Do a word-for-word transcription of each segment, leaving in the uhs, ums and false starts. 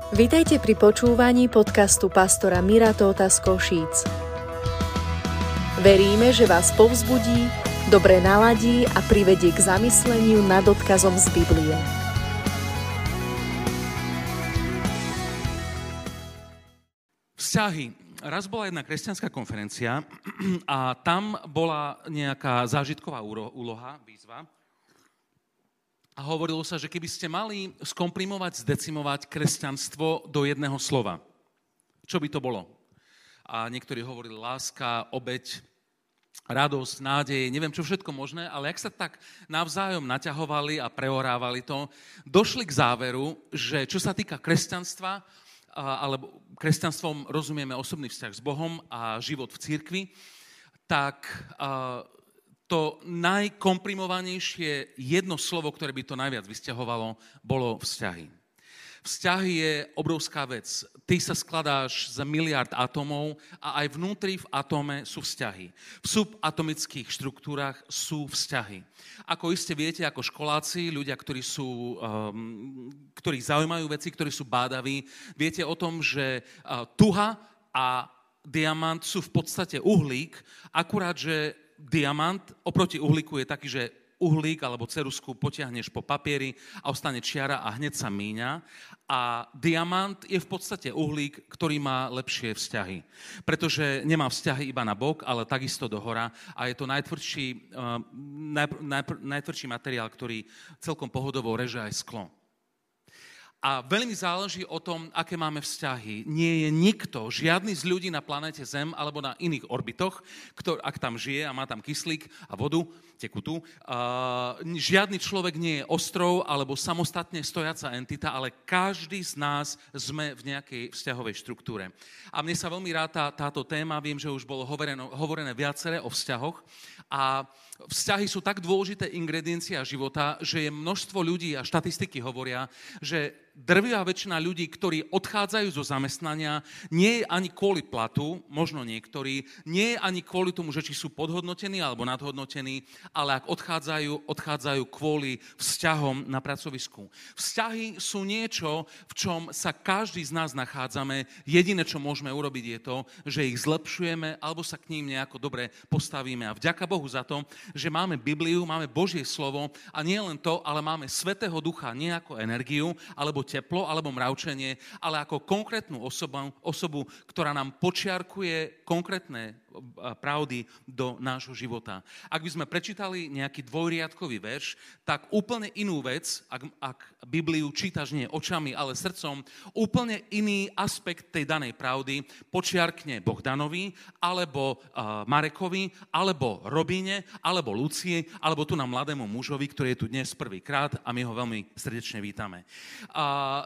Vitajte pri počúvaní podcastu pastora Mira Tóta z Košíc. Veríme, že vás povzbudí, dobre naladí a privedie k zamysleniu nad odkazom z Biblie. Vzťahy. Raz bola jedna kresťanská konferencia a tam bola nejaká zážitková úloha, výzva. A hovorilo sa, že keby ste mali skomprimovať, zdecimovať kresťanstvo do jedného slova, čo by to bolo? A niektorí hovorili láska, obeť, radosť, nádej, neviem čo všetko možné, ale ak sa tak navzájom naťahovali a preorávali to, došli k záveru, že čo sa týka kresťanstva, alebo kresťanstvom rozumieme osobný vzťah s Bohom a život v cirkvi, tak to najkomprimovanejšie jedno slovo, ktoré by to najviac vysťahovalo, bolo vzťahy. Vzťahy je obrovská vec. Ty sa skladáš za miliard atómov a aj vnútri v atóme sú vzťahy. V subatomických štruktúrach sú vzťahy. Ako iste viete, ako školáci, ľudia, ktorí sú, um, ktorých zaujímajú veci, ktorí sú bádaví, viete o tom, že uh, tuha a diamant sú v podstate uhlík, akurát, že diamant oproti uhlíku je taký, že uhlík alebo ceruzku potiahneš po papieri a ostane čiara a hneď sa míňa. A diamant je v podstate uhlík, ktorý má lepšie vzťahy. Pretože nemá vzťahy iba na bok, ale takisto do hora. A je to najtvrdší, uh, najpr- najpr- najtvrdší materiál, ktorý celkom pohodovo reže aj sklo. A veľmi záleží o tom, aké máme vzťahy. Nie je nikto, žiadny z ľudí na planéte Zem alebo na iných orbitoch, ktorý, ak tam žije a má tam kyslík a vodu, tekutú, uh, žiadny človek nie je ostrov alebo samostatne stojaca entita, ale každý z nás sme v nejakej vzťahovej štruktúre. A mne sa veľmi ráta táto téma, viem, že už bolo hovorené, hovorené viacere o vzťahoch a vzťahy sú tak dôležité ingrediencia života, že je množstvo ľudí a štatistiky hovoria, že drvivá väčšina ľudí, ktorí odchádzajú zo zamestnania, nie je ani kvôli platu, možno niektorí, nie je ani kvôli tomu, že či sú podhodnotení alebo nadhodnotení, ale ak odchádzajú, odchádzajú kvôli vzťahom na pracovisku. Vzťahy sú niečo, v čom sa každý z nás nachádzame. Jediné, čo môžeme urobiť, je to, že ich zlepšujeme alebo sa k ním nejako dobre postavíme. A vďaka Bohu za to, že máme Bibliu, máme Božie slovo a nie len to, ale máme Svätého Ducha nie ako energiu, alebo teplo, alebo mravčenie, ale ako konkrétnu osobu, osobu, ktorá nám počiarkuje konkrétne pravdy do nášho života. Ak by sme prečítali nejaký dvojriadkový verš, tak úplne inú vec, ak, ak Bibliu čítaš nie očami, ale srdcom, úplne iný aspekt tej danej pravdy počiarkne Bohdanovi, alebo uh, Marekovi, alebo Robine, alebo Lucii, alebo tu na mladému mužovi, ktorý je tu dnes prvýkrát a my ho veľmi srdečne vítame. Uh,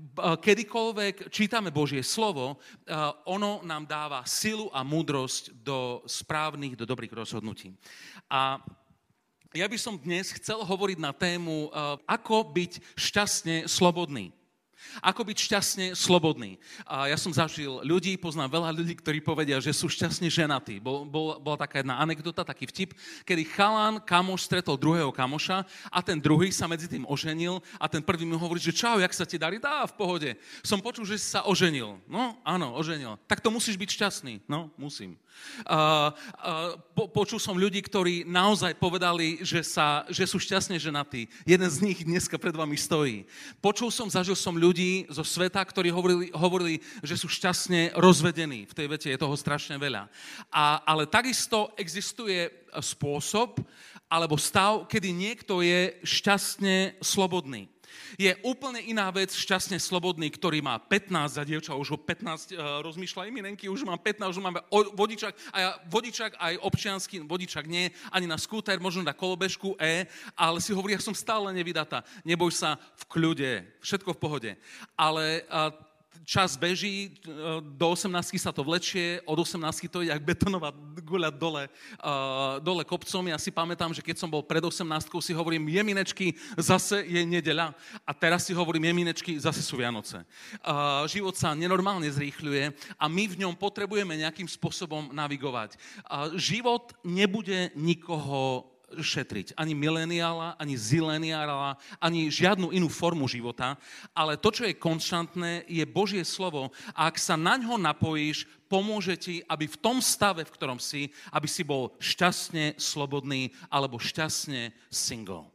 kedykoľvek čítame Božie slovo, uh, ono nám dáva silu a múdrosť do správnych, do dobrých rozhodnutí. A ja by som dnes chcel hovoriť na tému, uh, ako byť šťastne slobodný. Ako byť šťastne slobodný. A ja som zažil ľudí, poznám veľa ľudí, ktorí povedia, že sú šťastne ženatí. Bol, bol, bola taká jedna anekdota, taký vtip, kedy chalan, kamoš stretol druhého kamoša a ten druhý sa medzi tým oženil a ten prvý mu hovorí, že čau, jak sa ti darí? Dá, v pohode. Som počul, že si sa oženil. No, áno, oženil. Tak to musíš byť šťastný. No, musím. Uh, uh, po, počul som ľudí, ktorí naozaj povedali, že, sa, že sú šťastne ženatí. Jeden z nich dneska pred vami stojí. Počul som, zažil som ľudí zo sveta, ktorí hovorili, hovorili, že sú šťastne rozvedení. V tej vete je toho strašne veľa. A, ale takisto existuje spôsob alebo stav, kedy niekto je šťastne slobodný. Je úplne iná vec šťastne slobodný, ktorý má pätnásť, a dievča už o pätnásť uh, rozmýšľa, iminenky, už mám pätnásť, už máme vodičak, a ja vodičak aj občiansky, vodičak nie, ani na skúter, možno na kolobežku E, ale si hovorí, ja som stále nevydatá. Neboj sa, v kľude, všetko v pohode. Ale uh, čas beží, do osemnástky sa to vlečie, od osemnástky to ide jak betonová guľa dole, uh, dole kopcom. Ja si pamätám, že keď som bol pred osemnástkou, si hovorím, jeminečky, zase je nedeľa. A teraz si hovorím, jeminečky, zase sú Vianoce. Uh, život sa nenormálne zrýchľuje a my v ňom potrebujeme nejakým spôsobom navigovať. Uh, život nebude nikoho šetriť. Ani mileniála, ani zileniála, ani žiadnu inú formu života, ale to, čo je konštantné, je Božie slovo a ak sa na ňo napojíš, pomôže ti, aby v tom stave, v ktorom si, aby si bol šťastne slobodný alebo šťastne single.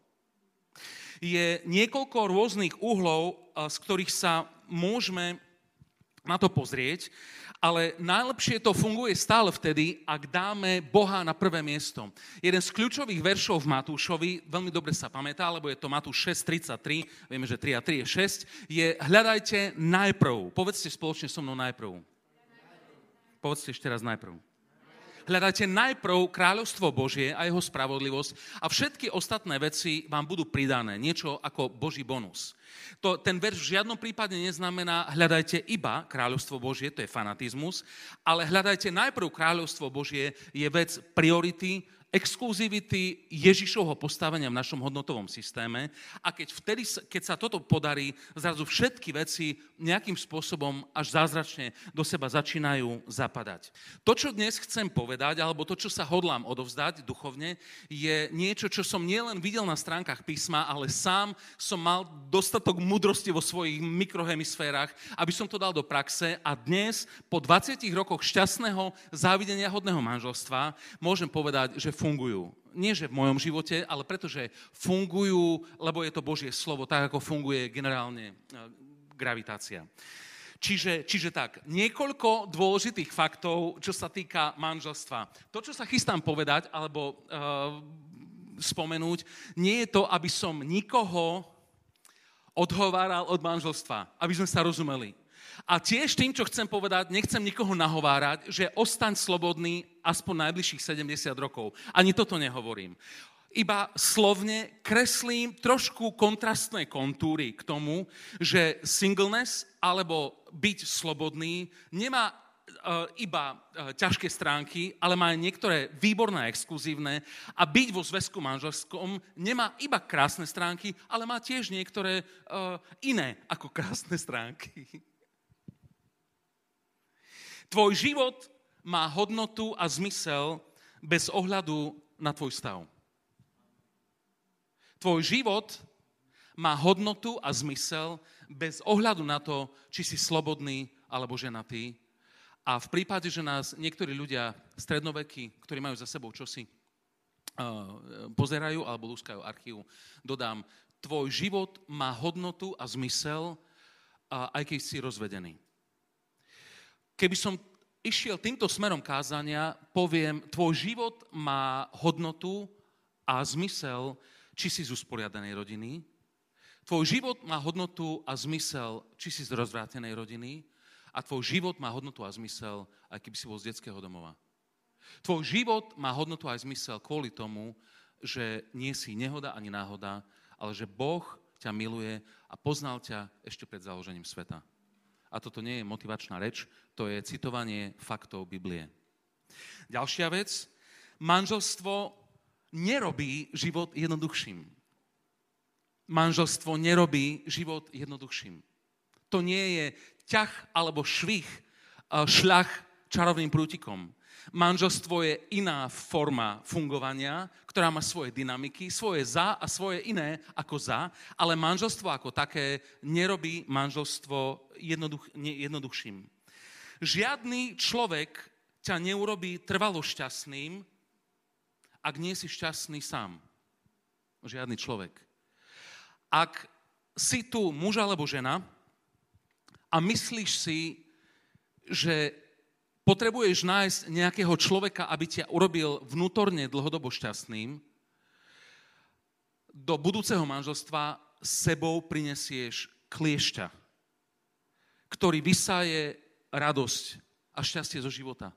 Je niekoľko rôznych uhlov, z ktorých sa môžeme na to pozrieť, ale najlepšie to funguje stále vtedy, ak dáme Boha na prvé miesto. Jeden z kľúčových veršov v Matúšovi, veľmi dobre sa pamätá, lebo je to Matúš šesť tridsaťtri, vieme, že tri a tri je šesť, je hľadajte najprv. Povedzte spoločne so mnou najprv. Povedzte ešte raz najprv. Hľadajte najprv kráľovstvo Božie a jeho spravodlivosť a všetky ostatné veci vám budú pridané. Niečo ako Boží bonus. To, ten verš v žiadnom prípade neznamená hľadajte iba kráľovstvo Božie, to je fanatizmus, ale hľadajte najprv kráľovstvo Božie je vec priority, exkluzivity Ježišovho postavenia v našom hodnotovom systéme a keď, vtedy, keď sa toto podarí, zrazu všetky veci nejakým spôsobom až zázračne do seba začínajú zapadať. To, čo dnes chcem povedať, alebo to, čo sa hodlám odovzdať duchovne, je niečo, čo som nielen videl na stránkach písma, ale sám som mal dostatok múdrosti vo svojich mikrohemisférach, aby som to dal do praxe a dnes, po dvadsiatich rokoch šťastného, závidenia hodného manželstva, môžem povedať, že fungujú. Nie, že v mojom živote, ale pretože fungujú, lebo je to Božie slovo, tak ako funguje generálne gravitácia. Čiže, čiže tak, niekoľko dôležitých faktov, čo sa týka manželstva. To, čo sa chystám povedať, alebo uh, spomenúť, nie je to, aby som nikoho odhováral od manželstva, aby sme sa rozumeli. A tiež tým, čo chcem povedať, nechcem nikoho nahovárať, že ostaň slobodný aspoň najbližších sedemdesiat rokov. Ani toto nehovorím. Iba slovne kreslím trošku kontrastné kontúry k tomu, že singleness alebo byť slobodný nemá uh, iba uh, ťažké stránky, ale má aj niektoré výborné a exkluzívne a byť vo zväzku manželskom nemá iba krásne stránky, ale má tiež niektoré uh, iné ako krásne stránky. Tvoj život má hodnotu a zmysel bez ohľadu na tvoj stav. Tvoj život má hodnotu a zmysel bez ohľadu na to, či si slobodný alebo ženatý. A v prípade, že nás niektorí ľudia strednoveky, ktorí majú za sebou čosi, pozerajú alebo lúskajú archív, dodám, tvoj život má hodnotu a zmysel, aj keď si rozvedený. Keby som išiel týmto smerom kázania, poviem, tvoj život má hodnotu a zmysel, či si z usporiadanej rodiny. Tvoj život má hodnotu a zmysel, či si z rozvrátenej rodiny. A tvoj život má hodnotu a zmysel, aj keby si bol z detského domova. Tvoj život má hodnotu a zmysel kvôli tomu, že nie si nehoda ani náhoda, ale že Boh ťa miluje a poznal ťa ešte pred založením sveta. A toto nie je motivačná reč, to je citovanie faktov Biblie. Ďalšia vec, manželstvo nerobí život jednoduchším. Manželstvo nerobí život jednoduchším. To nie je ťah alebo švih, šľach čarovným prútikom. Manželstvo je iná forma fungovania, ktorá má svoje dynamiky, svoje za a svoje iné ako za, ale manželstvo ako také nerobí manželstvo jednoduch, jednoduchším. Žiadny človek ťa neurobí trvalo šťastným, ak nie si šťastný sám. Žiadny človek. Ak si tu muž alebo žena a myslíš si, že potrebuješ nájsť nejakého človeka, aby ťa urobil vnútorne dlhodobo šťastným, do budúceho manželstva sebou prinesieš kliešťa, ktorý vysaje radosť a šťastie zo života.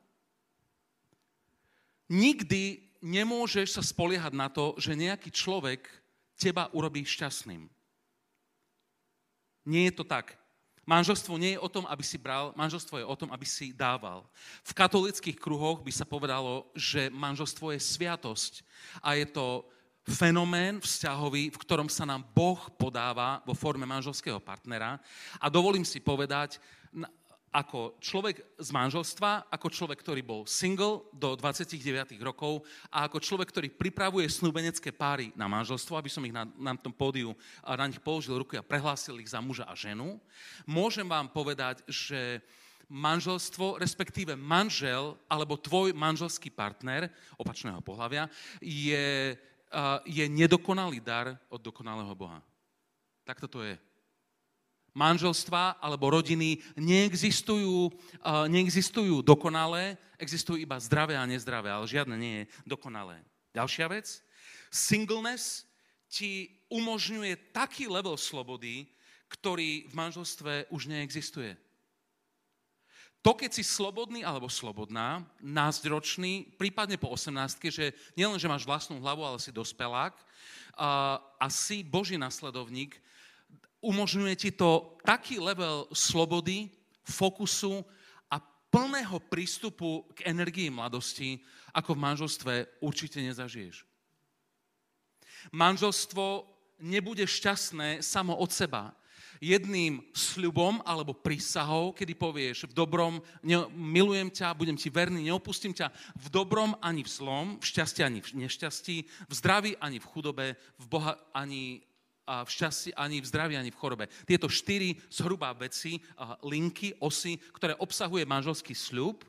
Nikdy nemôžeš sa spoliehať na to, že nejaký človek teba urobí šťastným. Nie je to tak. Manželstvo nie je o tom, aby si bral, manželstvo je o tom, aby si dával. V katolíckych kruhoch by sa povedalo, že manželstvo je sviatosť a je to fenomén vzťahový, v ktorom sa nám Boh podáva vo forme manželského partnera. A dovolím si povedať, ako človek z manželstva, ako človek, ktorý bol single do dvadsaťdeväť rokov a ako človek, ktorý pripravuje snúbenecké páry na manželstvo, aby som ich na, na tom pódiu na nich položil ruky a prehlásil ich za muža a ženu, môžem vám povedať, že manželstvo, respektíve manžel alebo tvoj manželský partner opačného pohlavia je, je nedokonalý dar od dokonalého Boha. Takto to je. Manželstva alebo rodiny neexistujú, uh, neexistujú dokonalé, existujú iba zdravé a nezdravé, ale žiadne nie je dokonalé. Ďalšia vec, singleness ti umožňuje taký level slobody, ktorý v manželstve už neexistuje. To, keď si slobodný alebo slobodná, násťročný, prípadne po osemnástke, že nielen, že máš vlastnú hlavu, ale si dospelák uh, a si Boží nasledovník, umožňuje ti to taký level slobody, fokusu a plného prístupu k energii mladosti, ako v manželstve určite nezažiješ. Manželstvo nebude šťastné samo od seba. Jedným sľubom alebo prísahou, kedy povieš v dobrom, ne, milujem ťa, budem ti verný, neopustím ťa v dobrom ani v zlom, v šťastí ani v nešťastí, v zdraví ani v chudobe, v Boha ani v šťastí, ani v zdraví, ani v chorobe. Tieto štyri zhruba veci, linky, osy, ktoré obsahuje manželský sľub,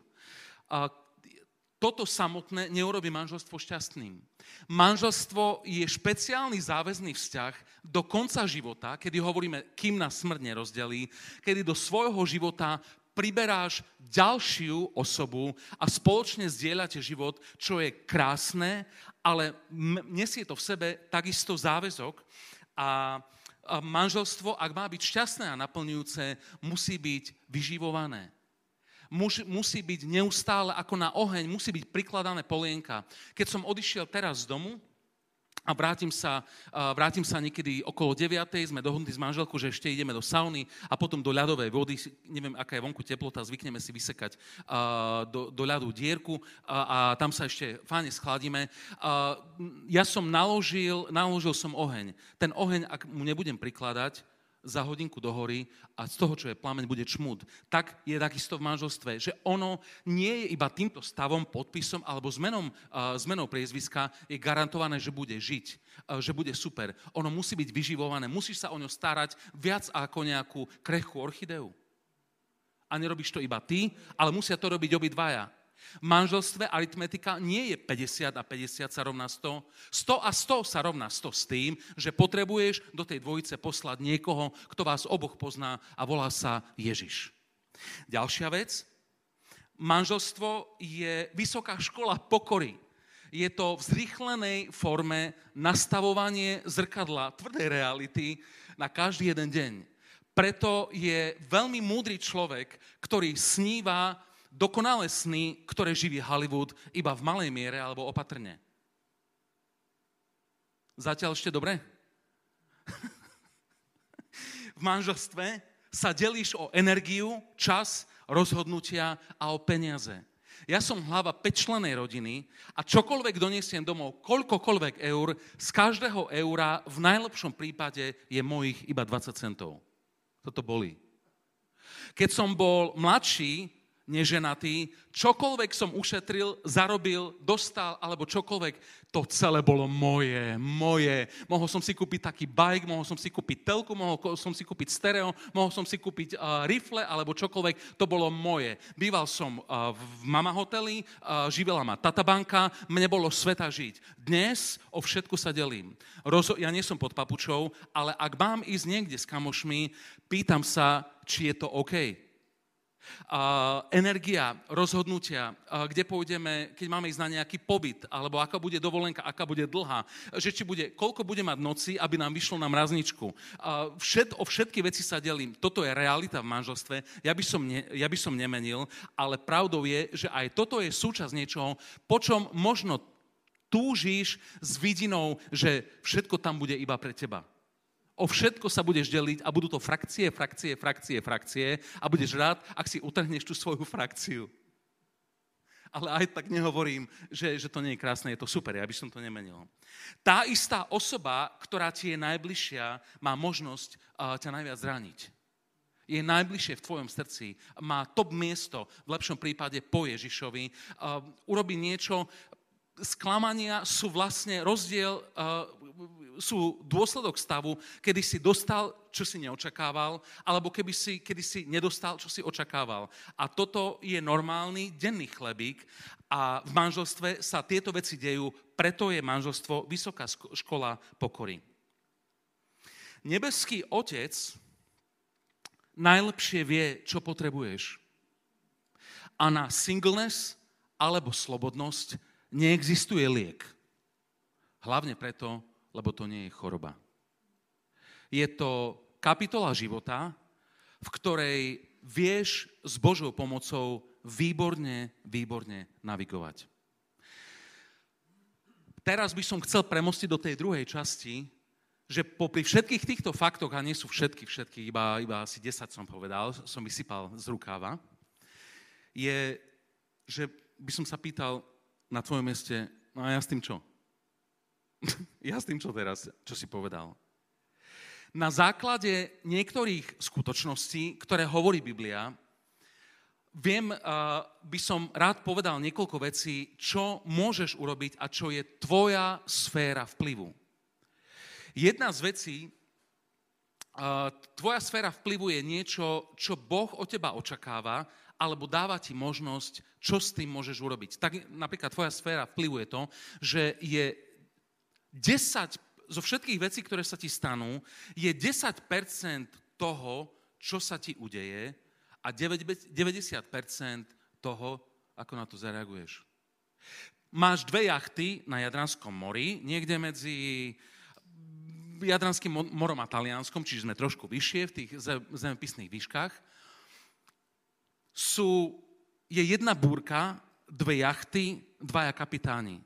toto samotné neurobí manželstvo šťastným. Manželstvo je špeciálny záväzný vzťah do konca života, kedy hovoríme, kým nás smrť nerozdelí, kedy do svojho života priberáš ďalšiu osobu a spoločne zdieľate život, čo je krásne, ale nesie to v sebe takisto záväzok. A manželstvo, ak má byť šťastné a naplňujúce, musí byť vyživované. Muž, musí byť neustále ako na oheň, musí byť prikladané polienka. Keď som odišiel teraz z domu a vrátim sa, vrátim sa niekedy okolo deviatej, sme dohodnutí s manželkou, že ešte ideme do sauny a potom do ľadovej vody, neviem, aká je vonku teplota, zvykneme si vysekať do, do ľadu dierku a, a tam sa ešte fajne schladíme. Ja som naložil, naložil som oheň. Ten oheň, ak mu nebudem prikladať, za hodinku do hory a z toho, čo je plameň, bude čmúd. Tak je takisto v manželstve, že ono nie je iba týmto stavom, podpisom alebo zmenom, uh, zmenou priezviska je garantované, že bude žiť, uh, že bude super. Ono musí byť vyživované, musíš sa o ňo starať viac ako nejakú krehkú orchideu. A nerobíš to iba ty, ale musia to robiť obidvaja. V manželstve aritmetika nie je päťdesiat a päťdesiat sa rovná sto. sto a sto sa rovná sto s tým, že potrebuješ do tej dvojice poslať niekoho, kto vás oboch pozná a volá sa Ježiš. Ďalšia vec. Manželstvo je vysoká škola pokory. Je to v zrýchlenej forme nastavovanie zrkadla tvrdej reality na každý jeden deň. Preto je veľmi múdry človek, ktorý sníva dokonalé sny, ktoré živí Hollywood iba v malej miere alebo opatrne. Zatiaľ ešte dobre? V manželstve sa delíš o energiu, čas, rozhodnutia a o peniaze. Ja som hlava päťčlennej rodiny a čokoľvek doniesiem domov, koľkokoľvek eur, z každého eura v najlepšom prípade je mojich iba dvadsať centov. Toto bolí. Keď som bol mladší, neženatý, čokoľvek som ušetril, zarobil, dostal, alebo čokoľvek, to celé bolo moje, moje. Mohol som si kúpiť taký bike, mohol som si kúpiť telku, mohol som si kúpiť stereo, mohol som si kúpiť uh, rifle, alebo čokoľvek, to bolo moje. Býval som uh, v mama hoteli, uh, živila ma tatabanka, mne bolo sveta žiť. Dnes o všetku sa delím. Rozo- ja nie som pod papučou, ale ak mám ísť niekde s kamošmi, pýtam sa, či je to OK. Uh, energia, rozhodnutia, uh, kde pôjdeme, keď máme ísť na nejaký pobyt, alebo aká bude dovolenka, aká bude dlhá, že či bude, koľko bude mať noci, aby nám vyšlo na mrazničku. Uh, všet, o všetky veci sa delím. Toto je realita v manželstve. Ja by, som ne, ja by som nemenil, ale pravdou je, že aj toto je súčasť niečoho, po čom možno túžiš s vidinou, že všetko tam bude iba pre teba. O všetko sa budeš deliť a budú to frakcie, frakcie, frakcie, frakcie a budeš rád, ak si utrhneš tú svoju frakciu. Ale aj tak nehovorím, že, že to nie je krásne, je to super, ja by som to nemenil. Tá istá osoba, ktorá ti je najbližšia, má možnosť uh, ťa najviac zraniť. je najbližšie v tvojom srdci, má top miesto, v lepšom prípade po Ježišovi, uh, urobí niečo, sklamania sú vlastne rozdiel, uh, sú dôsledok stavu, kedy si dostal, čo si neočakával, alebo keby si, kedy si nedostal, čo si očakával. A toto je normálny denný chlebík a v manželstve sa tieto veci dejú, preto je manželstvo vysoká škola pokory. Nebeský Otec najlepšie vie, čo potrebuješ. A na singleness alebo slobodnosť neexistuje liek. Hlavne preto, lebo to nie je choroba. Je to kapitola života, v ktorej vieš s Božou pomocou výborne, výborne navigovať. Teraz by som chcel premostiť do tej druhej časti, že popri všetkých týchto faktoch, a nie sú všetky, všetky, iba, iba asi desať som povedal, som vysypal z rukáva, je, že by som sa pýtal na tvojom mieste, no a ja s tým čo? Ja s tým čo teraz, čo si povedal? Na základe niektorých skutočností, ktoré hovorí Biblia, viem, uh, by som rád povedal niekoľko vecí, čo môžeš urobiť a čo je tvoja sféra vplyvu. Jedna z vecí, uh, tvoja sféra vplyvu je niečo, čo Boh od teba očakáva, alebo dáva ti možnosť, čo s tým môžeš urobiť. Tak napríklad tvoja sféra vplyvu je to, že je desať, zo všetkých vecí, ktoré sa ti stanú, je desať percent toho, čo sa ti udeje a deväťdesiat percent toho, ako na to zareaguješ. Máš dve jachty na Jadranskom mori, niekde medzi Jadranským morom a Talianskom, čiže sme trošku vyššie v tých zemepisných výškach. Sú, je jedna búrka, dve jachty, dvaja kapitáni.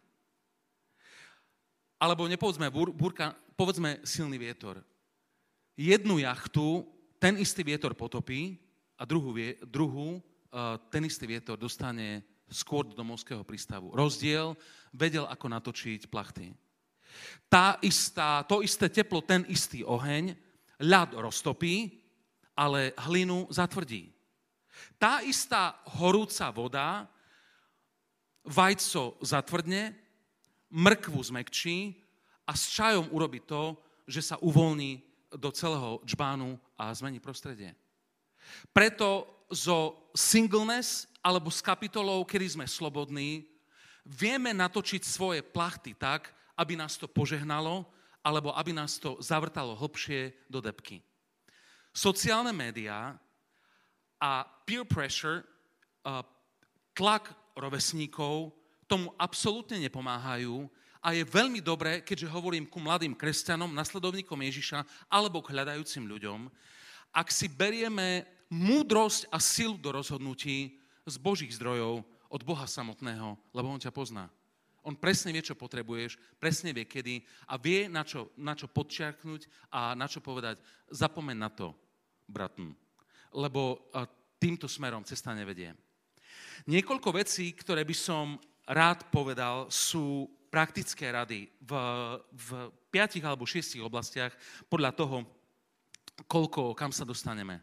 Alebo nepovedzme búrka, povedzme silný vietor. Jednu jachtu ten istý vietor potopí a druhú, druhú ten istý vietor dostane skôr do domovského prístavu. Rozdiel, vedel, ako natočiť plachty. Tá istá, to isté teplo, ten istý oheň, ľad roztopí, ale hlinu zatvrdí. Tá istá horúca voda vajco zatvrdne, mrkvu zmäkčí a s čajom urobí to, že sa uvoľní do celého džbánu a zmení prostredie. Preto zo singleness alebo z kapitolou, kedy sme slobodní, vieme natočiť svoje plachty tak, aby nás to požehnalo, alebo aby nás to zavrtalo hlbšie do debky. Sociálne médiá a peer pressure, tlak rovesníkov, tomu absolútne nepomáhajú a je veľmi dobré, keďže hovorím ku mladým kresťanom, nasledovníkom Ježiša alebo k hľadajúcim ľuďom, ak si berieme múdrosť a silu do rozhodnutí z Božích zdrojov od Boha samotného, lebo on ťa pozná. On presne vie, čo potrebuješ, presne vie, kedy a vie, na čo, na čo podčiarknúť a na čo povedať, zapomeň na to, bratn, lebo týmto smerom cesta nevedie. Niekoľko vecí, ktoré by som rád povedal, sú praktické rady v, v piatich alebo šiestich oblastiach podľa toho, koľko, kam sa dostaneme.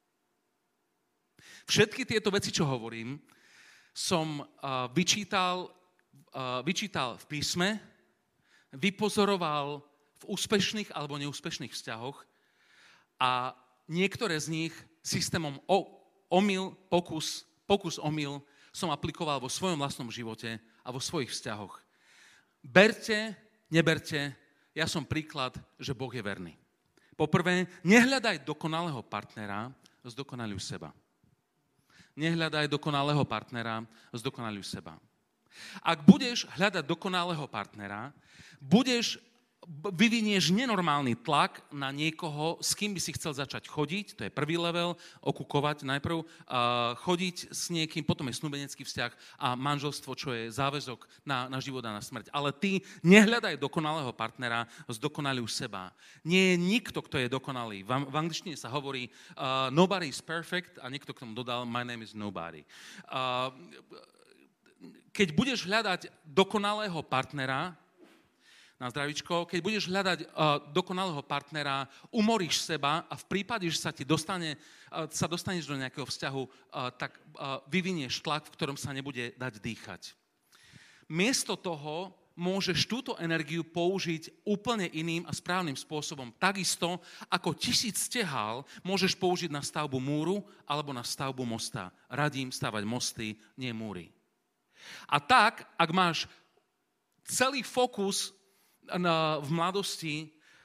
Všetky tieto veci, čo hovorím, som uh, vyčítal, uh, vyčítal v písme, vypozoroval v úspešných alebo neúspešných vzťahoch a niektoré z nich systémom o, omyl, pokus, pokus, omyl som aplikoval vo svojom vlastnom živote a vo svojich vzťahoch. Berte, neberte, ja som príklad, že Boh je verný. Poprvé, nehľadaj dokonalého partnera, zdokonaľuj seba. Nehľadaj dokonalého partnera, zdokonaľuj seba. Ak budeš hľadať dokonalého partnera, budeš, vyvinieš nenormálny tlak na niekoho, s kým by si chcel začať chodiť, to je prvý level, okukovať najprv, uh, chodiť s niekým, potom je snúbenecký vzťah a manželstvo, čo je záväzok na, na život a na smrť. Ale ty nehľadaj dokonalého partnera, zdokonaľuj seba. Nie je nikto, kto je dokonalý. V, v angličtine sa hovorí uh, nobody is perfect a niekto k tomu dodal my name is nobody. Uh, keď budeš hľadať dokonalého partnera, na zdravičko, keď budeš hľadať uh, dokonalého partnera, umoríš seba a v prípade, že sa ti dostane, uh, sa dostaneš do nejakého vzťahu, uh, tak uh, vyvinieš tlak, v ktorom sa nebude dať dýchať. Miesto toho môžeš túto energiu použiť úplne iným a správnym spôsobom. Takisto ako tisíc stehál môžeš použiť na stavbu múru alebo na stavbu mosta. Radím stavať mosty, nie múry. A tak, ak máš celý fokus na, v mladosti,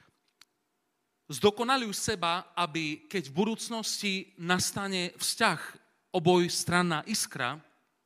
zdokonaluj seba, aby keď v budúcnosti nastane vzťah obojstranná iskra,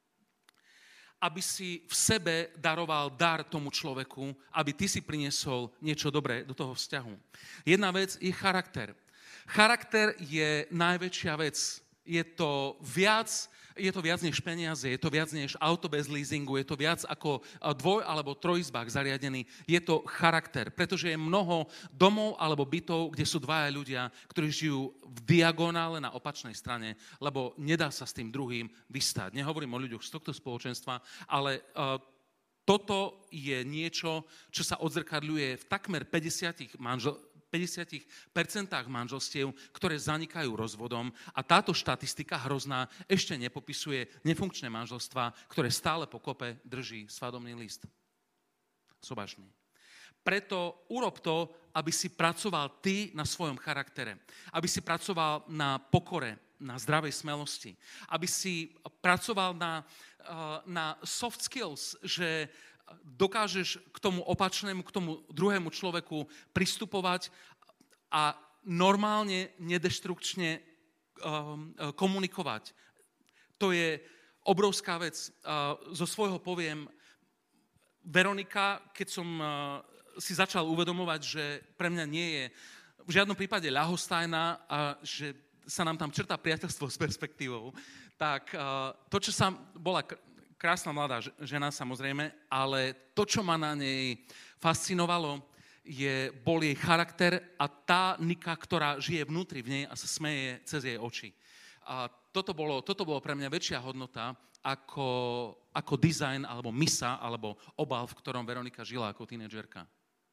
aby si v sebe daroval dar tomu človeku, aby ty si priniesol niečo dobré do toho vzťahu. Jedna vec je charakter. Charakter je najväčšia vec. Je to viac, je to viac než peniaze, je to viac než auto bez leasingu, je to viac ako dvoj- alebo trojizbák zariadený. Je to charakter, pretože je mnoho domov alebo bytov, kde sú dvaja ľudia, ktorí žijú v diagonále na opačnej strane, lebo nedá sa s tým druhým vystať. Nehovorím o ľuďoch z tohto spoločenstva, ale uh, toto je niečo, čo sa odzrkadľuje v takmer päťdesiatich manžel päťdesiat percent manželstiev, ktoré zanikajú rozvodom a táto štatistika hrozná ešte nepopisuje nefunkčné manželstvá, ktoré stále po kope drží svadobný list. Sobašný. Preto urob to, aby si pracoval ty na svojom charaktere, aby si pracoval na pokore, na zdravej smelosti, aby si pracoval na, na soft skills, že dokážeš k tomu opačnému, k tomu druhému človeku pristupovať a normálne, nedeštrukčne um, komunikovať. To je obrovská vec. Uh, zo svojho poviem, Veronika, keď som uh, si začal uvedomovať, že pre mňa nie je v žiadnom prípade ľahostajná a že sa nám tam črtá priateľstvo s perspektívou, tak uh, to, čo sa bola krásna mladá žena, samozrejme, ale to, čo ma na nej fascinovalo, je, bol jej charakter a tá Nika, ktorá žije vnútri v nej a sa smeje cez jej oči. A toto bolo, toto bolo pre mňa väčšia hodnota ako, ako dizajn, alebo misa, alebo obal, v ktorom Veronika žila ako tínedžerka.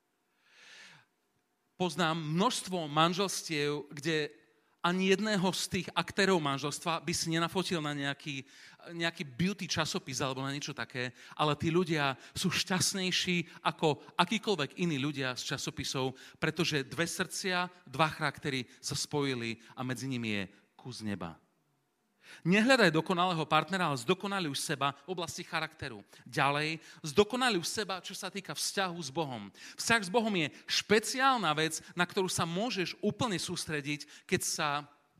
Poznám množstvo manželstiev, kde ani jedného z tých aktérov manželstva by si nenafotil na nejaký, nejaký beauty časopis alebo na niečo také, ale tí ľudia sú šťastnejší ako akýkoľvek iní ľudia z časopisov, pretože dve srdcia, dva charaktery sa spojili a medzi nimi je kus neba. Nehľadaj dokonalého partnera, ale zdokonaluj seba v oblasti charakteru. Ďalej, zdokonaluj seba, čo sa týka vzťahu s Bohom. Vzťah s Bohom je špeciálna vec, na ktorú sa môžeš úplne sústrediť, keď sa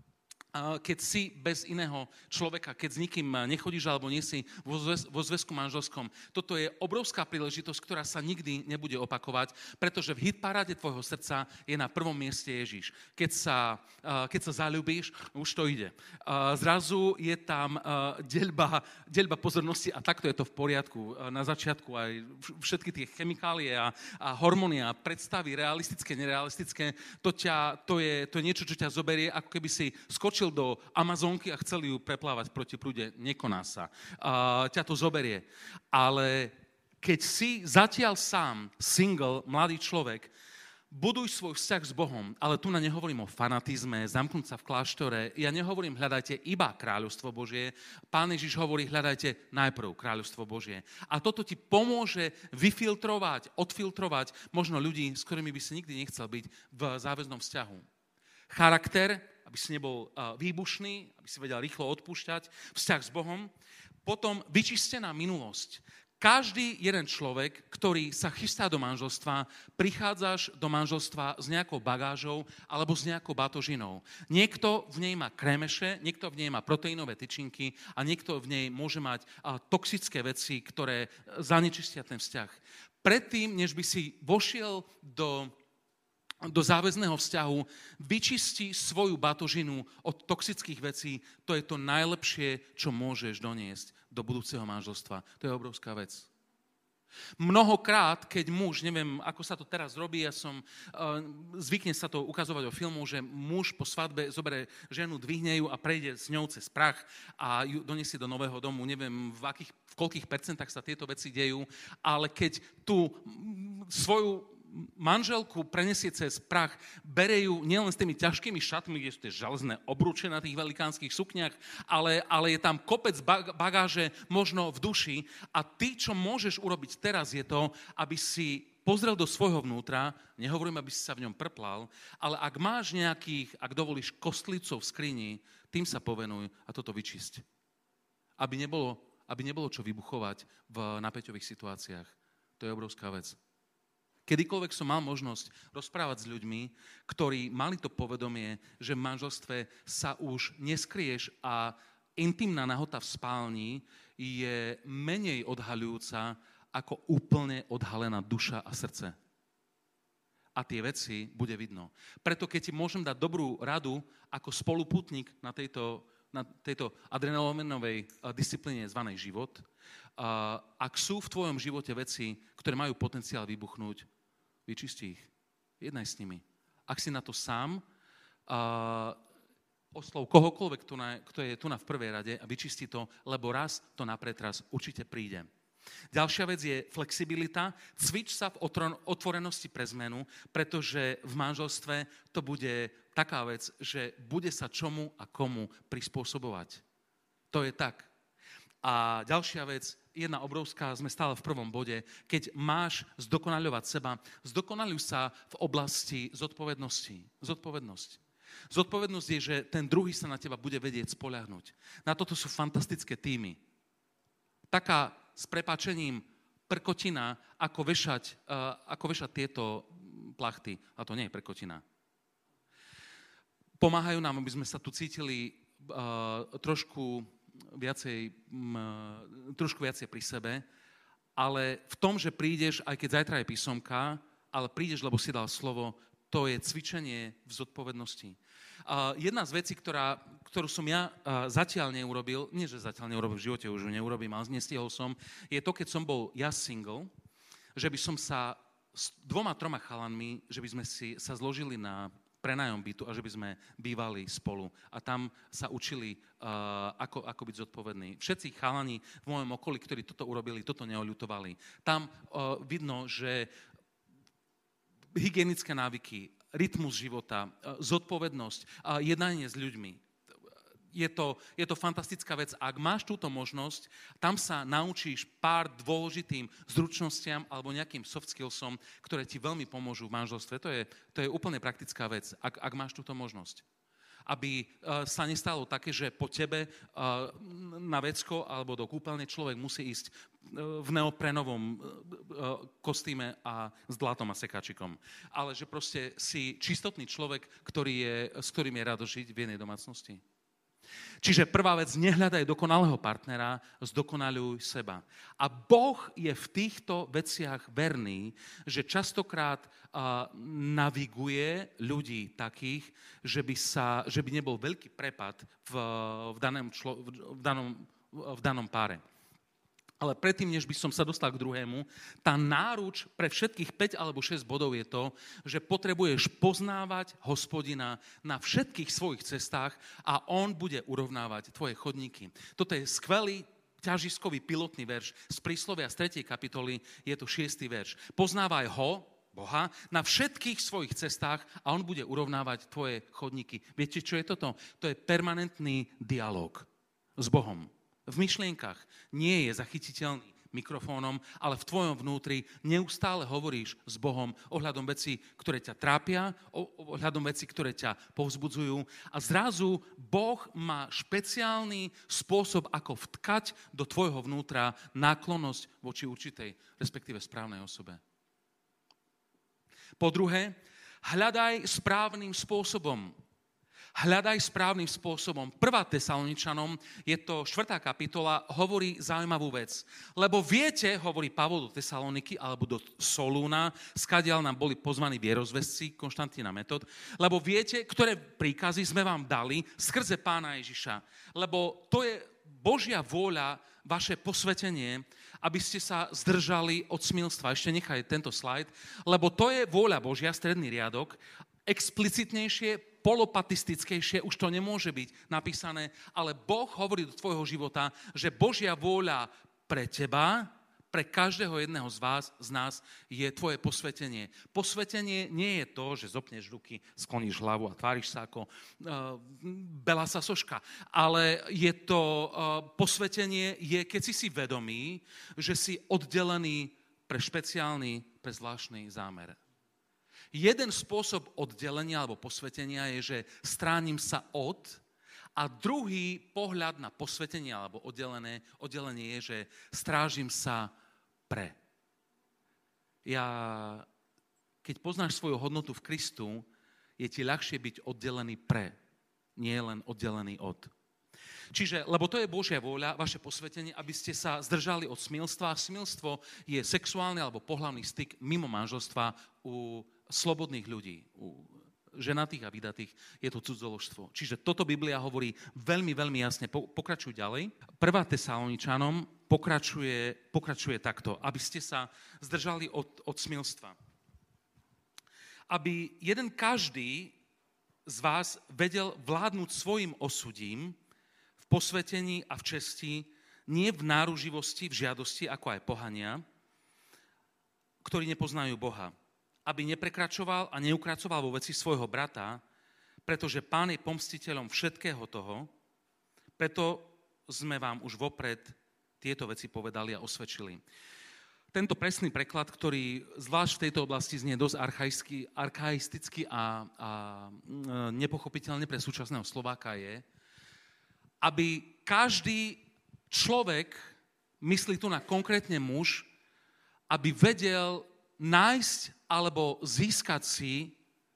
keď si bez iného človeka, keď s nikým nechodíš alebo nie si vo, zväz, vo zväzku manželskom. Toto je obrovská príležitosť, ktorá sa nikdy nebude opakovať, pretože v hitparáde tvojho srdca je na prvom mieste Ježiš. Keď sa, keď sa zaľúbíš, už to ide. Zrazu je tam deľba, deľba pozornosti a takto je to v poriadku. Na začiatku aj všetky tie chemikálie a, a hormóny a predstavy realistické, nerealistické, to, ťa, to, je, to je niečo, čo ťa zoberie, ako keby si skočil do Amazonky a chceli ju preplávať proti prúde, nekoná sa. Uh, ťa to zoberie. Ale keď si zatiaľ sám, single, mladý človek, buduj svoj vzťah s Bohom, ale tu na nehovorím o fanatizme, zamknúť sa v kláštore, ja nehovorím hľadajte iba kráľovstvo Božie, Pán Ježiš hovorí hľadajte najprv kráľovstvo Božie. A toto ti pomôže vyfiltrovať, odfiltrovať možno ľudí, s ktorými by si nikdy nechcel byť v záväznom vzťahu. Charakter, aby si nebol výbušný, aby si vedel rýchlo odpúšťať, vzťah s Bohom. Potom vyčistená minulosť. Každý jeden človek, ktorý sa chystá do manželstva, prichádzaš do manželstva s nejakou bagážou alebo s nejakou batožinou. Niekto v nej má krémeše, niekto v nej má proteínové tyčinky a niekto v nej môže mať toxické veci, ktoré zanečistia ten vzťah. Predtým, než by si vošiel do do záväzného vzťahu, vyčisti svoju batožinu od toxických vecí, to je to najlepšie, čo môžeš doniesť do budúceho manželstva. To je obrovská vec. Mnohokrát, keď muž, neviem, ako sa to teraz robí, ja som, uh, zvykne sa to ukazovať o filmu, že muž po svadbe zoberie ženu, dvihne ju a prejde s ňou cez prach a ju donesie do nového domu. Neviem, v, akých, v koľkých percentách sa tieto veci dejú, ale keď tú svoju manželku prenesie cez prach, bere ju nielen s tými ťažkými šatmi, kde sú tie železné obruče na tých velikánskych sukniach, ale, ale je tam kopec bagáže možno v duši a ty, čo môžeš urobiť teraz, je to, aby si pozrel do svojho vnútra, nehovorím, aby si sa v ňom prplal, ale ak máš nejakých, ak dovolíš, kostlivcov v skrini, tým sa povenuj a toto vyčisť. Aby nebolo, aby nebolo čo vybuchovať v napäťových situáciách. To je obrovská vec. Kedykoľvek som mal možnosť rozprávať s ľuďmi, ktorí mali to povedomie, že v manželstve sa už neskrieš a intimná nahota v spálni je menej odhaľujúca ako úplne odhalená duša a srdce. A tie veci bude vidno. Preto keď ti môžem dať dobrú radu ako spoluputník na tejto, na tejto adrenalinovej disciplíne zvanej život, ak sú v tvojom živote veci, ktoré majú potenciál vybuchnúť, vyčisti ich. Jednaj s nimi. Ak si na to sám, uh, oslov kohokoľvek, kto je tu na v prvej rade a vyčisti to, lebo raz to na pretras určite príde. Ďalšia vec je flexibilita. Cvič sa v otvorenosti pre zmenu, pretože v manželstve to bude taká vec, že bude sa čomu a komu prispôsobovať. To je tak. A ďalšia vec, jedna obrovská, sme stále v prvom bode, keď máš zdokonaľovať seba, zdokonaľuj sa v oblasti zodpovednosti. Zodpovednosť. Zodpovednosť je, že ten druhý sa na teba bude vedieť spoľahnúť. Na toto sú fantastické týmy. Taká s prepáčením prkotina, ako vešať, uh, ako vešať tieto plachty. A to nie je prkotina. Pomáhajú nám, aby sme sa tu cítili uh, trošku viacej, trošku viacej pri sebe, ale v tom, že prídeš, aj keď zajtra je písomka, ale prídeš, lebo si dal slovo, to je cvičenie v zodpovednosti. Uh, jedna z vecí, ktorá, ktorú som ja uh, zatiaľ neurobil, nie že zatiaľ neurobil, v živote už ju neurobím, ale nestihol som, je to, keď som bol ja single, že by som sa s dvoma, troma chalanmi, že by sme si sa zložili na prenájom bytu a že by sme bývali spolu. A tam sa učili, uh, ako, ako byť zodpovední. Všetci chalani v mojom okolí, ktorí toto urobili, toto neoľutovali. Tam uh, vidno, že hygienické návyky, rytmus života, uh, zodpovednosť, uh, jednanie s ľuďmi. Je to, je to fantastická vec. Ak máš túto možnosť, tam sa naučíš pár dôležitým zručnostiam alebo nejakým soft skillsom, ktoré ti veľmi pomôžu v manželstve. To je, to je úplne praktická vec, ak, ak máš túto možnosť. Aby uh, sa nestalo také, že po tebe uh, na vecko alebo do kúpeľne človek musí ísť uh, v neoprenovom uh, kostýme a s dlátom a sekáčikom. Ale že proste si čistotný človek, ktorý je, s ktorým je rado žiť v jednej domácnosti. Čiže prvá vec, nehľadaj dokonalého partnera, zdokonaľuj seba. A Boh je v týchto veciach verný, že častokrát uh, naviguje ľudí takých, že by, sa, že by nebol veľký prepad v, v, danom, člo, v, danom, v danom páre. Ale predtým, než by som sa dostal k druhému, tá náruč pre všetkých päť alebo šesť bodov je to, že potrebuješ poznávať Hospodina na všetkých svojich cestách a on bude urovnávať tvoje chodníky. Toto je skvelý ťažiskový pilotný verš z Príslovia z tretej kapitoly, je to šiesty verš. Poznávaj ho, Boha, na všetkých svojich cestách a on bude urovnávať tvoje chodníky. Viete, čo je toto? To je permanentný dialog s Bohom. V myšlienkach nie je zachytiteľný mikrofónom, ale v tvojom vnútri neustále hovoríš s Bohom ohľadom vecí, ktoré ťa trápia, ohľadom vecí, ktoré ťa povzbudzujú. A zrazu Boh má špeciálny spôsob, ako vtkať do tvojho vnútra náklonnosť voči určitej, respektíve správnej osobe. Po druhé, hľadaj správnym spôsobom. Hľadaj správnym spôsobom. Prvá Tesaloničanom, je to štvrtá kapitola, hovorí zaujímavú vec. Lebo viete, hovorí Pavol do Tesaloniky alebo do Solúna, skadiaľ nám boli pozvaní vierozvesci, Konštantín a Metod, lebo viete, ktoré príkazy sme vám dali skrze Pána Ježiša. Lebo to je Božia vôľa, vaše posvetenie, aby ste sa zdržali od smilstva. Ešte nechaj tento slajd, lebo to je vôľa Božia, stredný riadok, explicitnejšie, polopatistickejšie, už to nemôže byť napísané, ale Boh hovorí do tvojho života, že Božia vôľa pre teba, pre každého jedného z vás, z nás, je tvoje posvetenie. Posvetenie nie je to, že zopneš ruky, skloníš hlavu a tváriš sa ako uh, belá sa soška. Ale je to, uh, posvetenie je, keď si si vedomý, že si oddelený pre špeciálny, pre zvláštny zámer. Jeden spôsob oddelenia alebo posvetenia je, že stránim sa od, a druhý pohľad na posvetenie alebo oddelené, oddelenie je, že strážim sa pre. Ja, keď poznáš svoju hodnotu v Kristu, je ti ľahšie byť oddelený pre, nie len oddelený od. Čiže, lebo to je Božia vôľa, vaše posvetenie, aby ste sa zdržali od smilstva. Smilstvo je sexuálny alebo pohlavný styk mimo manželstva u slobodných ľudí, u ženatých a vydatých, je to cudzoložstvo. Čiže toto Biblia hovorí veľmi, veľmi jasne. Pokračuj ďalej. Prvá Tesaloničanom pokračuje, pokračuje takto, aby ste sa zdržali od, od smilstva. Aby jeden každý z vás vedel vládnuť svojim osudím v posvetení a v česti, nie v náruživosti, v žiadosti, ako aj pohania, ktorí nepoznajú Boha. Aby neprekračoval a neukracoval vo veci svojho brata, pretože Pán je pomstiteľom všetkého toho, preto sme vám už vopred tieto veci povedali a osvedčili. Tento presný preklad, ktorý zvlášť v tejto oblasti znie dosť archaisticky a, a nepochopiteľne pre súčasného Slováka je, aby každý človek, myslí tu na konkrétne muž, aby vedel nájsť alebo získať si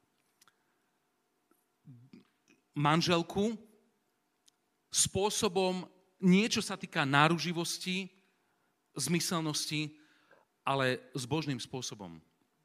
manželku spôsobom niečo sa týka náruživosti, zmyselnosti, ale zbožným spôsobom.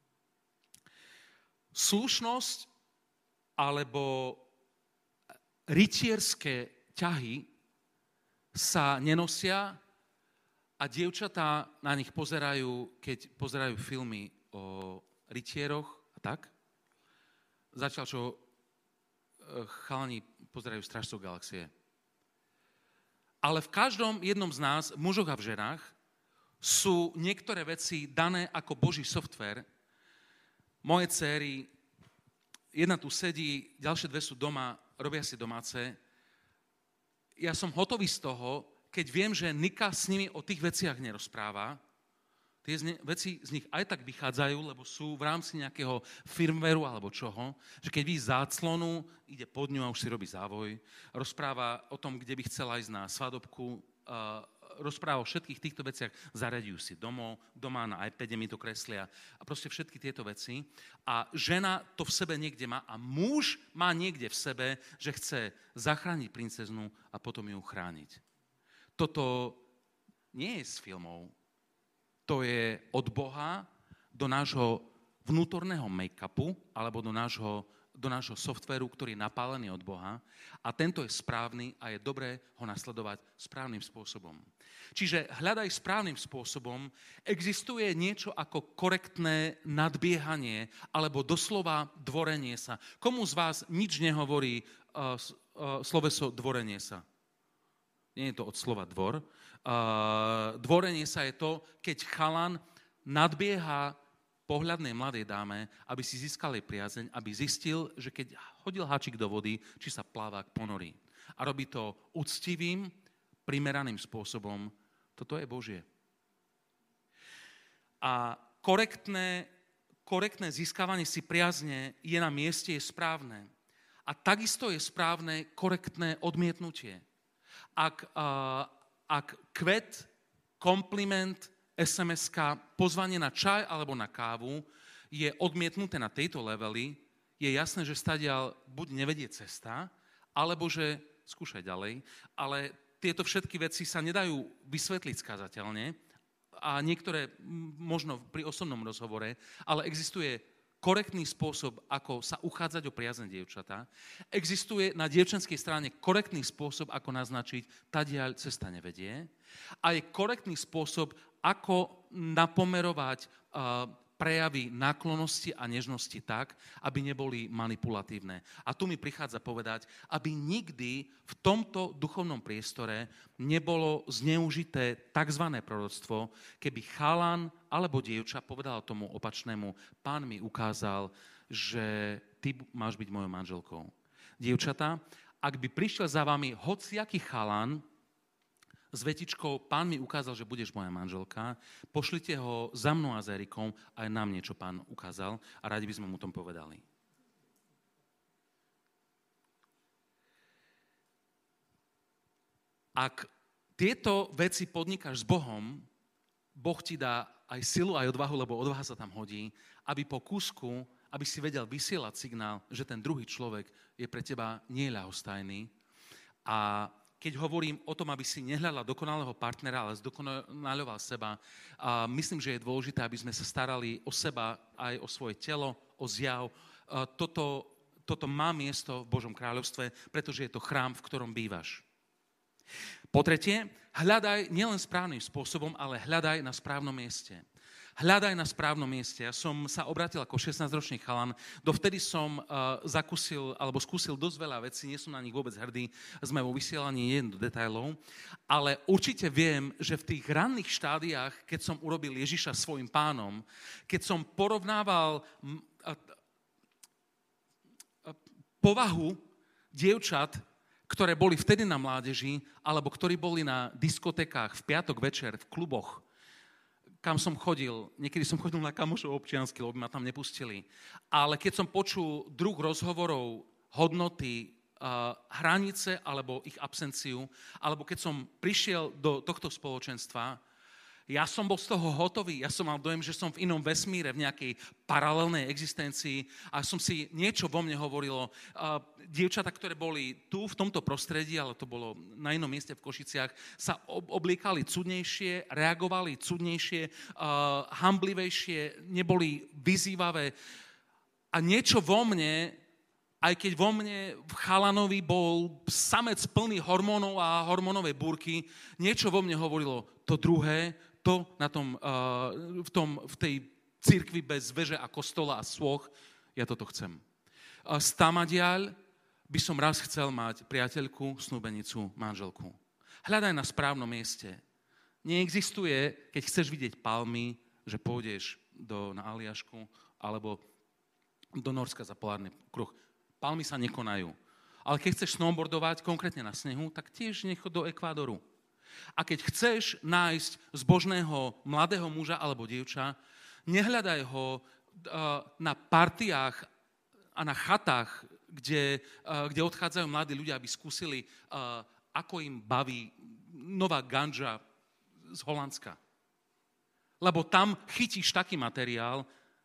Slušnosť alebo rytierské ťahy sa nenosia a dievčatá na nich pozerajú, keď pozerajú filmy o rytieroch a tak. Zatiaľ, čo chalani pozerajú Strážcov galaxie. Ale v každom jednom z nás, v mužoch a v ženách, sú niektoré veci dané ako Boží softvér. Moje dcéry, jedna tu sedí, ďalšie dve sú doma, robia si domáce. Ja som hotový z toho, keď viem, že Nika s nimi o tých veciach nerozpráva. Tie veci z nich aj tak vychádzajú, lebo sú v rámci nejakého firmwareu alebo čoho, že keď vidí záclonu, ide pod ňu a už si robí závoj, rozpráva o tom, kde by chcela ísť na svadobku, rozpráva o všetkých týchto veciach, zariadujú si domov, doma na iPade mi to kreslia a proste všetky tieto veci. A žena to v sebe niekde má a muž má niekde v sebe, že chce zachrániť princeznu a potom ju chrániť. Toto nie je z filmov. To je od Boha do nášho vnútorného make-upu alebo do nášho, do nášho softvéru, ktorý je napálený od Boha. A tento je správny a je dobré ho nasledovať správnym spôsobom. Čiže hľadaj správnym spôsobom. Existuje niečo ako korektné nadbiehanie alebo doslova dvorenie sa. Komu z vás nič nehovorí uh, uh, sloveso dvorenie sa? Nie je to od slova dvor. Uh, dvorenie sa je to, keď chalan nadbieha pohľadnej mladej dáme, aby si získal jej priazeň, aby zistil, že keď hodil háčik do vody, či sa plavák ponorí. A robí to úctivým, primeraným spôsobom. Toto je Božie. A korektné, korektné získavanie si priazne je na mieste, je správne. A takisto je správne korektné odmietnutie. Ak, uh, ak kvet, kompliment, es em eska, pozvanie na čaj alebo na kávu je odmietnuté na tejto leveli, je jasné, že stadiaľ buď nevedie cesta, alebo že skúšaj ďalej, ale tieto všetky veci sa nedajú vysvetliť skázateľne a niektoré možno pri osobnom rozhovore, ale existuje korektný spôsob, ako sa uchádzať o priazne dievčatá. Existuje na dievčenskej strane korektný spôsob, ako naznačiť, tadiaľ cesta nevedie. A je korektný spôsob, ako napomerovať uh, prejavy náklonnosti a nežnosti tak, aby neboli manipulatívne. A tu mi prichádza povedať, aby nikdy v tomto duchovnom priestore nebolo zneužité tzv. Proroctvo, keby chalan alebo dievča povedala tomu opačnému, pán mi ukázal, že ty máš byť mojou manželkou. Dievčatá, ak by prišiel za vami hociaký chalan, s vetičkou, pán mi ukázal, že budeš moja manželka, pošlite ho za mnou a za Erikom, aj nám niečo pán ukázal a radi by sme mu tom povedali. Ak tieto veci podnikáš s Bohom, Boh ti dá aj silu, aj odvahu, lebo odvaha sa tam hodí, aby po kúsku, aby si vedel vysielať signál, že ten druhý človek je pre teba nie ľahostajný. A keď hovorím o tom, aby si nehľadal dokonalého partnera, ale zdokonaľoval seba, a myslím, že je dôležité, aby sme sa starali o seba, aj o svoje telo, o zjav. Toto, toto má miesto v Božom kráľovstve, pretože je to chrám, v ktorom bývaš. Po tretie, hľadaj nielen správnym spôsobom, ale hľadaj na správnom mieste. Hľadaj na správnom mieste. Ja som sa obrátil ako šestnásťročný chalan. Dovtedy som uh, zakúsil, alebo skúsil dosť veľa vecí, nie som na nich vôbec hrdý, sme vo vysielaní jeden do detailov, ale určite viem, že v tých ranných štádiách, keď som urobil Ježiša svojim pánom, keď som porovnával m, a, a, povahu dievčat, ktoré boli vtedy na mládeži, alebo ktorí boli na diskotékách v piatok večer, v kluboch, kam som chodil, niekedy som chodil na kamošov občiansky, lebo ma tam nepustili. Ale keď som počul druh rozhovorov, hodnoty, uh, hranice alebo ich absenciu, alebo keď som prišiel do tohto spoločenstva, ja som bol z toho hotový, ja som mal dojem, že som v inom vesmíre, v nejakej paralelnej existencii a som si niečo vo mne hovorilo. Uh, dievčatá, ktoré boli tu, v tomto prostredí, ale to bolo na inom mieste v Košiciach, sa ob- obliekali cudnejšie, reagovali cudnejšie, uh, hamblivejšie, neboli vyzývavé. A niečo vo mne, aj keď vo mne v chalanovi bol samec plný hormónov a hormónovej búrky, niečo vo mne hovorilo, to druhé, to na tom, uh, v, tom, v tej cirkvi bez veže a kostola a sôch, ja toto chcem. Uh, Stamadiaľ by som raz chcel mať priateľku, snúbenicu, manželku. Hľadaj na správnom mieste. Neexistuje, keď chceš vidieť palmy, že pôjdeš do, na Aliašku alebo do Norska za polárny kruh. Palmy sa nekonajú. Ale keď chceš snowboardovať konkrétne na snehu, tak tiež nechod do Ekvádoru. A keď chceš nájsť zbožného mladého muža alebo dievča, nehľadaj ho na partiách a na chatách, kde, kde odchádzajú mladí ľudia, aby skúsili, ako im baví nová ganža z Holandska. Lebo tam chytíš taký materiál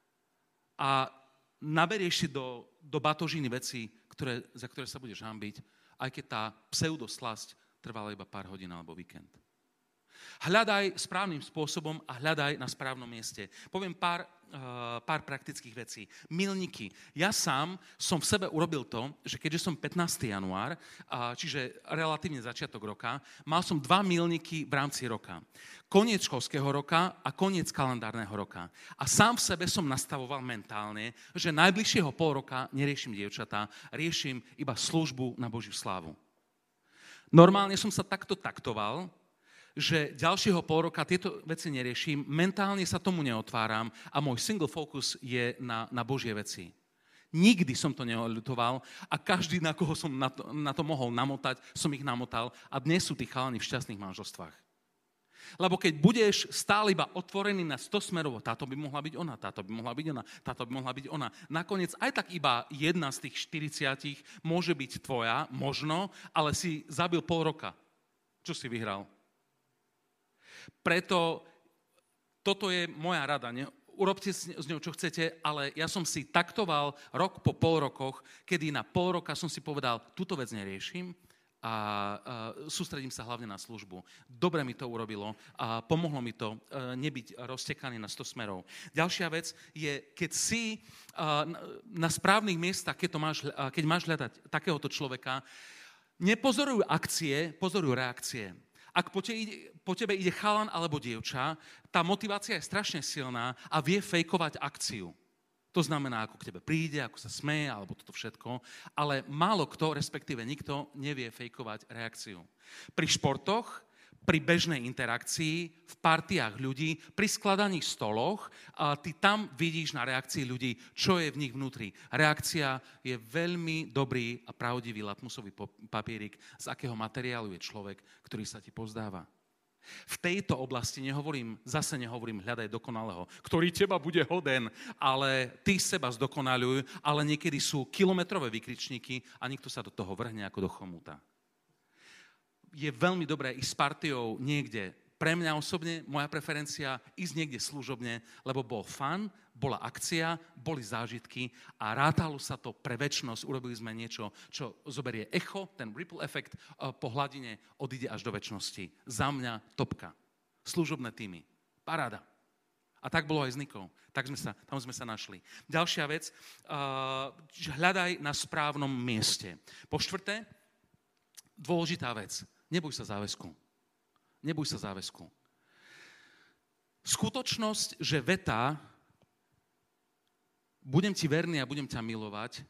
a naberieš si do, do batožiny veci, ktoré, za ktoré sa budeš hanbiť, aj keď tá pseudoslasť trvala iba pár hodín alebo víkend. Hľadaj správnym spôsobom a hľadaj na správnom mieste. Poviem pár, uh, pár praktických vecí. Milníky. Ja sám som v sebe urobil to, že keďže som pätnásteho január, uh, čiže relatívne začiatok roka, mal som dva milníky v rámci roka. Koniec školského roka a koniec kalendárneho roka. A sám v sebe som nastavoval mentálne, že najbližšieho pol roka neriešim dievčatá, riešim iba službu na Božiu slávu. Normálne som sa takto taktoval, že ďalšieho pol roka tieto veci neriešim, mentálne sa tomu neotváram a môj single focus je na, na Božie veci. Nikdy som to neoľutoval a každý, na koho som na to, na to mohol namotať, som ich namotal a dnes sú tí chalani v šťastných manželstvách. Lebo keď budeš stále iba otvorený na sto smerov, táto by mohla byť ona, táto by mohla byť ona, táto by mohla byť ona. Nakoniec aj tak iba jedna z tých štyridsiatich môže byť tvoja, možno, ale si zabil pol roka. Čo si vyhral? Preto toto je moja rada. Ne? Urobte s ňou, čo chcete, ale ja som si taktoval rok po pol rokoch, kedy na pol roka som si povedal, túto vec neriešim a sústredím sa hlavne na službu. Dobre mi to urobilo a pomohlo mi to nebyť roztekaný na sto smerov. Ďalšia vec je, keď si na správnych miestach, keď, to máš, keď máš hľadať takéhoto človeka, nepozorujú akcie, pozorujú reakcie. Ak po, te ide, po tebe ide chalan alebo dievča, tá motivácia je strašne silná a vie fejkovať akciu. To znamená, ako k tebe príde, ako sa smeje, alebo toto všetko. Ale málo kto, respektíve nikto, nevie fejkovať reakciu. Pri športoch, pri bežnej interakcii, v partiách ľudí, pri skladaní stoloch, a ty tam vidíš na reakcii ľudí, čo je v nich vnútri. Reakcia je veľmi dobrý a pravdivý latmusový papierik, z akého materiálu je človek, ktorý sa ti pozdáva. V tejto oblasti nehovorím, zase nehovorím hľadaj dokonalého, ktorý teba bude hoden, ale ty seba zdokonaľuj, ale niekedy sú kilometrové vykričníky a nikto sa do toho vrhne ako do chomúta. Je veľmi dobré ísť s partiou niekde. Pre mňa osobne, moja preferencia, ísť niekde služobne, lebo bol fun, bola akcia, boli zážitky a rátalo sa to pre večnosť. Urobili sme niečo, čo zoberie echo, ten ripple efekt po hladine odíde až do večnosti. Za mňa topka. Služobné týmy. Paráda. A tak bolo aj s Nikou. Tak sme sa, tam sme sa našli. Ďalšia vec, uh, hľadaj na správnom mieste. Po štvrté, dôležitá vec, neboj sa záväzku. Neboj sa záväzku. Skutočnosť, že veta budem ti verný a budem ťa milovať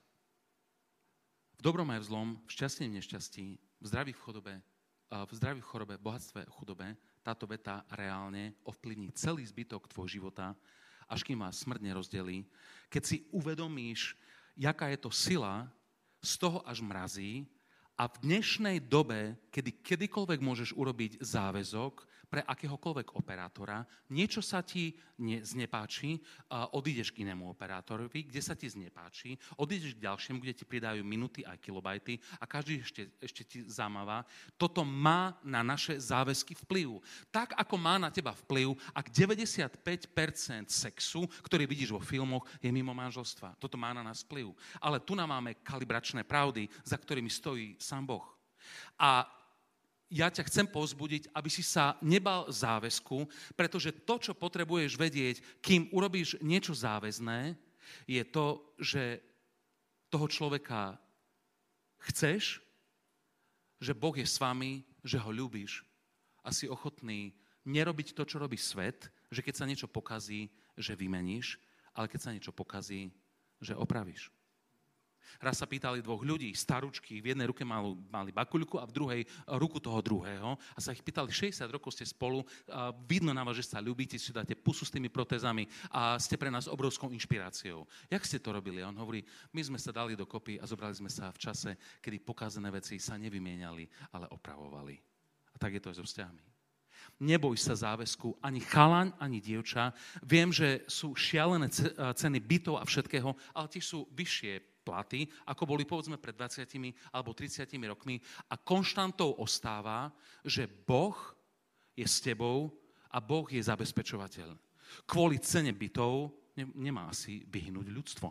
v dobrom aj v zlom, v šťastí v nešťastí, v zdraví v chudobe, v zdraví v chorobe, bohatstve v chudobe, táto veta reálne ovplyvní celý zbytok tvojho života, až kým vás smrť nerozdelí. Keď si uvedomíš, jaká je to sila, z toho až mrazí. A v dnešnej dobe, kedy kedykoľvek môžeš urobiť záväzok pre akéhokoľvek operátora, niečo sa ti ne, znepáči, odídeš k inému operátorovi, kde sa ti znepáči, odídeš k ďalšiemu, kde ti pridajú minuty aj kilobajty a každý ešte, ešte ti zamáva. Toto má na naše záväzky vplyv. Tak, ako má na teba vplyv, ak deväťdesiatpäť percent sexu, ktorý vidíš vo filmoch, je mimo manželstva. Toto má na nás vplyv. Ale tu nám máme kalibračné pravdy, za ktorými stojí sám Boh. A ja ťa chcem povzbudiť, aby si sa nebal záväzku, pretože to, čo potrebuješ vedieť, kým urobíš niečo záväzné, je to, že toho človeka chceš, že Boh je s vami, že ho ľúbiš a si ochotný nerobiť to, čo robí svet, že keď sa niečo pokazí, že vymeníš, ale keď sa niečo pokazí, že opravíš. Raz sa pýtali dvoch ľudí, staručky, v jednej ruke mali, mali bakuľku a v druhej ruku toho druhého a sa ich pýtali, šesťdesiat rokov ste spolu, vidno na vás, že sa ľúbite, si dáte pusu s tými protézami a ste pre nás obrovskou inšpiráciou. Jak ste to robili? A on hovorí, my sme sa dali dokopy a zobrali sme sa v čase, kedy pokazené veci sa nevymieniali, ale opravovali. A tak je to aj so vzťahmi. Neboj sa záväzku, ani chalaň, ani dievča. Viem, že sú šialené ceny bytov a všetkého, ale tiež sú vyššie platy, ako boli povedzme pred dvadsiatimi alebo tridsiatimi rokmi a konštantou ostáva, že Boh je s tebou a Boh je zabezpečovateľ. Kvôli cene bytov nemá asi vyhnúť ľudstvo.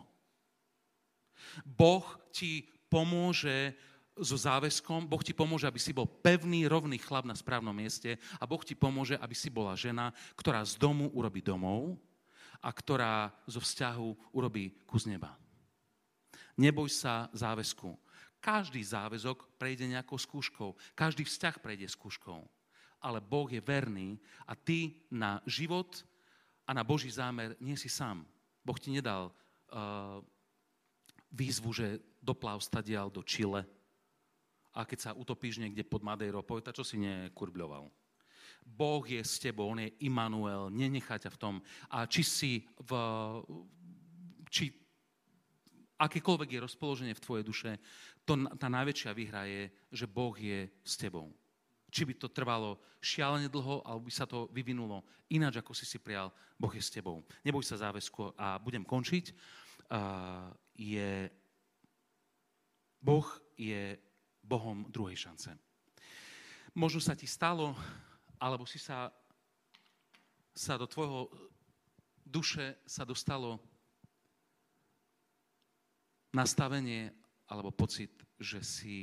Boh ti pomôže so záväzkom, Boh ti pomôže, aby si bol pevný, rovný chlap na správnom mieste a Boh ti pomôže, aby si bola žena, ktorá z domu urobí domov a ktorá zo vzťahu urobí kus neba. Neboj sa záväzku. Každý záväzok prejde nejakou skúškou. Každý vzťah prejde skúškou. Ale Boh je verný a ty na život a na Boží zámer nie si sám. Boh ti nedal uh, výzvu, že doplav stadial do Chile a keď sa utopíš niekde pod Madeirou, povedz, čo si nekurбľoval. Boh je s tebou, on je Immanuel, nenechá ťa v tom. A či si v... Či akékoľvek je rozpoloženie v tvojej duše, to, tá najväčšia výhra je, že Boh je s tebou. Či by to trvalo šialene dlho, alebo by sa to vyvinulo ináč, ako si si prial, Boh je s tebou. Neboj sa záväzku a budem končiť. Uh, je, boh je Bohom druhej šance. Možno sa ti stalo, alebo si sa, sa do tvojho duše sa dostalo nastavenie alebo pocit, že si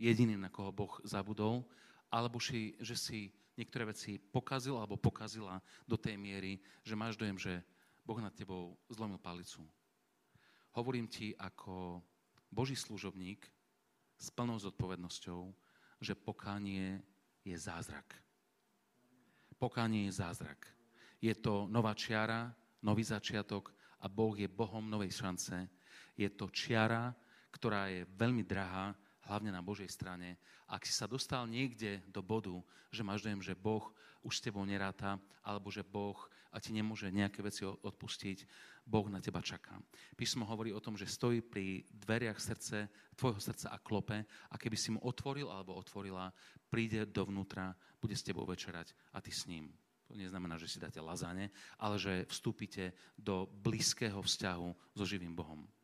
jediný, na koho Boh zabudol, alebo si, že si niektoré veci pokazil alebo pokazila do tej miery, že máš dojem, že Boh nad tebou zlomil palicu. Hovorím ti ako Boží služobník s plnou zodpovednosťou, že pokánie je zázrak. Pokánie je zázrak. Je to nová čiara, nový začiatok a Boh je Bohom novej šance. Je to čiara, ktorá je veľmi drahá, hlavne na Božej strane. Ak si sa dostal niekde do bodu, že máš dojem, že Boh už s tebou neráta, alebo že Boh a ti nemôže nejaké veci odpustiť, Boh na teba čaká. Písmo hovorí o tom, že stojí pri dveriach srdce, tvojho srdca a klope a keby si mu otvoril alebo otvorila, príde dovnútra, bude s tebou večerať a ty s ním. To neznamená, že si dáte lazáne, ale že vstúpite do blízkeho vzťahu so živým Bohom.